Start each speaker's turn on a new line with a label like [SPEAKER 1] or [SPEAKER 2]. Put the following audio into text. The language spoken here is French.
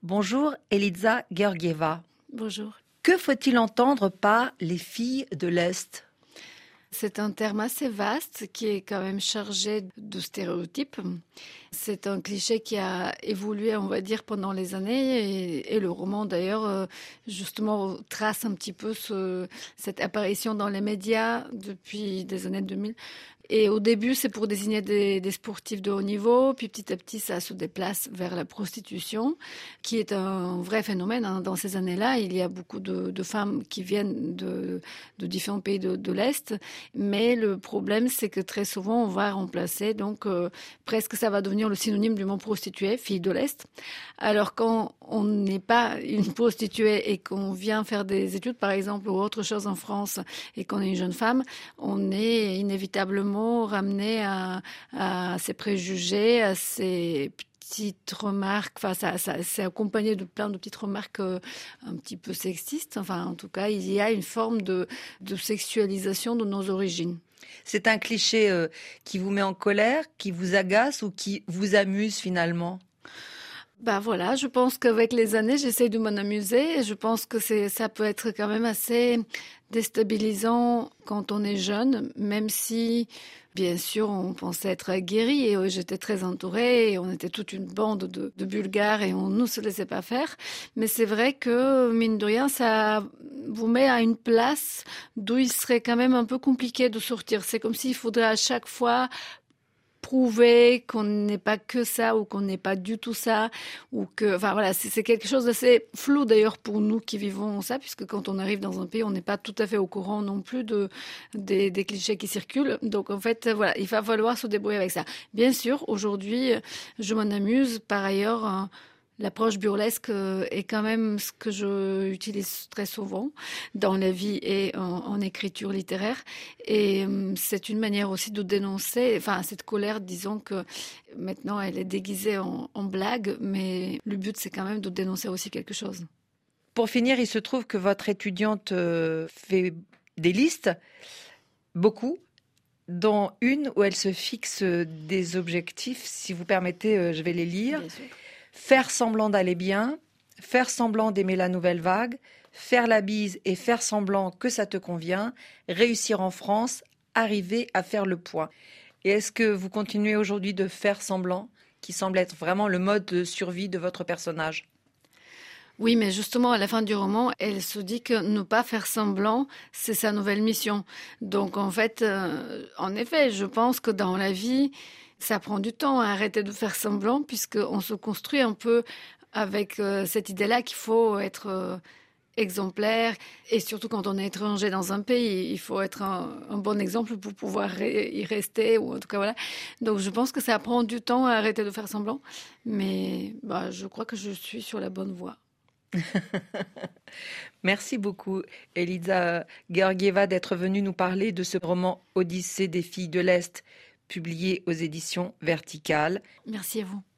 [SPEAKER 1] Bonjour Eliza Georgieva.
[SPEAKER 2] Bonjour.
[SPEAKER 1] Que faut-il entendre par les filles de l'Est ?
[SPEAKER 2] C'est un terme assez vaste qui est quand même chargé de stéréotypes. C'est un cliché qui a évolué, on va dire, pendant les années et le roman d'ailleurs justement trace un petit peu cette apparition dans les médias depuis des années 2000. Et au début, c'est pour désigner des sportifs de haut niveau, puis petit à petit, ça se déplace vers la prostitution, qui est un vrai phénomène. Dans ces années-là, il y a beaucoup de femmes qui viennent de différents pays de l'Est, mais le problème, c'est que très souvent, on va remplacer, donc presque ça va devenir le synonyme du mot prostituée, fille de l'Est. Alors quand on n'est pas une prostituée et qu'on vient faire des études, par exemple, ou autre chose en France, et qu'on est une jeune femme, on est inévitablement ramené à ses préjugés, à ses petites remarques. Enfin, ça c'est accompagné de plein de petites remarques un petit peu sexistes. Enfin, en tout cas, il y a une forme de sexualisation de nos origines.
[SPEAKER 1] C'est un cliché qui vous met en colère, qui vous agace ou qui vous amuse finalement ?
[SPEAKER 2] Bah voilà, je pense qu'avec les années, j'essaie de m'en amuser et je pense que ça peut être quand même assez déstabilisant quand on est jeune, même si, bien sûr, on pensait être aguerri et j'étais très entourée et on était toute une bande de Bulgares et on ne se laissait pas faire. Mais c'est vrai que, mine de rien, ça vous met à une place d'où il serait quand même un peu compliqué de sortir. C'est comme s'il faudrait à chaque fois prouver qu'on n'est pas que ça ou qu'on n'est pas du tout ça ou que enfin voilà c'est quelque chose d'assez flou d'ailleurs pour nous qui vivons ça puisque quand on arrive dans un pays on n'est pas tout à fait au courant non plus des clichés qui circulent donc en fait voilà il va falloir se débrouiller avec ça. Bien sûr aujourd'hui je m'en amuse par ailleurs. L'approche burlesque est quand même ce que je utilise très souvent dans la vie et en écriture littéraire. Et c'est une manière aussi de dénoncer, enfin cette colère, disons que maintenant elle est déguisée en blague, mais le but c'est quand même de dénoncer aussi quelque chose.
[SPEAKER 1] Pour finir, il se trouve que votre étudiante fait des listes, beaucoup, dont une où elle se fixe des objectifs. Si vous permettez, je vais les lire.
[SPEAKER 2] Bien sûr.
[SPEAKER 1] Faire semblant d'aller bien, faire semblant d'aimer la nouvelle vague, faire la bise et faire semblant que ça te convient, réussir en France, arriver à faire le point. Et est-ce que vous continuez aujourd'hui de faire semblant, qui semble être vraiment le mode de survie de votre personnage ?
[SPEAKER 2] Oui, mais justement, à la fin du roman, elle se dit que ne pas faire semblant, c'est sa nouvelle mission. Donc, en fait, en effet, je pense que dans la vie, ça prend du temps à arrêter de faire semblant, puisqu'on se construit un peu avec cette idée-là qu'il faut être exemplaire. Et surtout quand on est étranger dans un pays, il faut être un bon exemple pour pouvoir y rester, ou en tout cas, voilà. Donc, je pense que ça prend du temps à arrêter de faire semblant. Mais je crois que je suis sur la bonne voie.
[SPEAKER 1] Merci beaucoup, Eliza Georgieva, d'être venue nous parler de ce roman Odyssée des filles de l'Est, publié aux éditions Verticales.
[SPEAKER 2] Merci à vous.